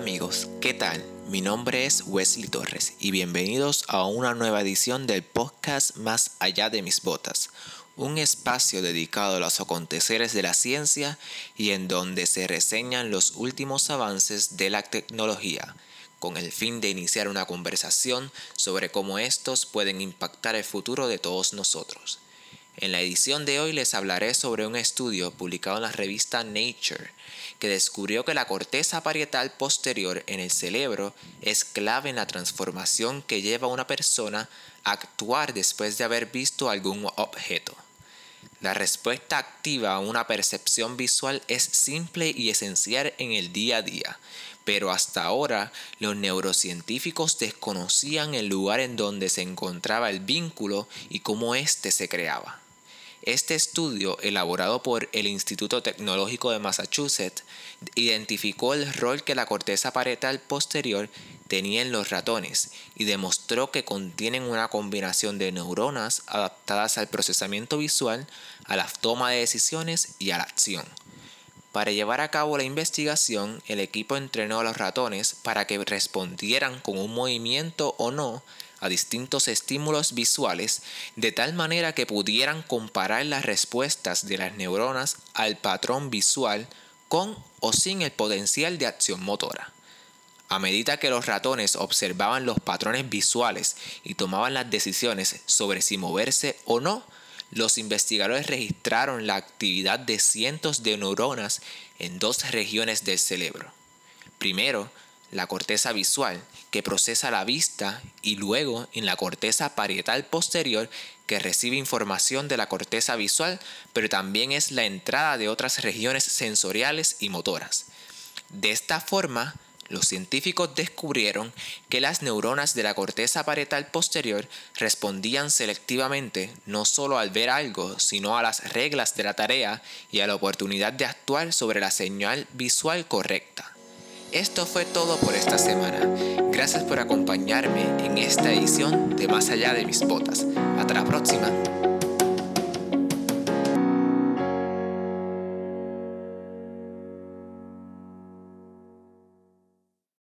amigos, ¿qué tal? Mi nombre es Wesley Torres y bienvenidos a una nueva edición del podcast Más allá de mis botas, un espacio dedicado a los aconteceres de la ciencia y en donde se reseñan los últimos avances de la tecnología, con el fin de iniciar una conversación sobre cómo estos pueden impactar el futuro de todos nosotros. En la edición de hoy les hablaré sobre un estudio publicado en la revista Nature que descubrió que la corteza parietal posterior en el cerebro es clave en la transformación que lleva a una persona a actuar después de haber visto algún objeto. La respuesta activa a una percepción visual es simple y esencial en el día a día, pero hasta ahora los neurocientíficos desconocían el lugar en donde se encontraba el vínculo y cómo éste se creaba. Este estudio, elaborado por el Instituto Tecnológico de Massachusetts, identificó el rol que la corteza parietal posterior tenía en los ratones y demostró que contienen una combinación de neuronas adaptadas al procesamiento visual, a la toma de decisiones y a la acción. Para llevar a cabo la investigación, el equipo entrenó a los ratones para que respondieran con un movimiento o no a distintos estímulos visuales, de tal manera que pudieran comparar las respuestas de las neuronas al patrón visual con o sin el potencial de acción motora. A medida que los ratones observaban los patrones visuales y tomaban las decisiones sobre si moverse o no, los investigadores registraron la actividad de cientos de neuronas en dos regiones del cerebro. Primero, la corteza visual, que procesa la vista, y luego en la corteza parietal posterior, que recibe información de la corteza visual, pero también es la entrada de otras regiones sensoriales y motoras. De esta forma, los científicos descubrieron que las neuronas de la corteza parietal posterior respondían selectivamente no solo al ver algo, sino a las reglas de la tarea y a la oportunidad de actuar sobre la señal visual correcta. Esto fue todo por esta semana. Gracias por acompañarme en esta edición de Más allá de mis botas. Hasta la próxima.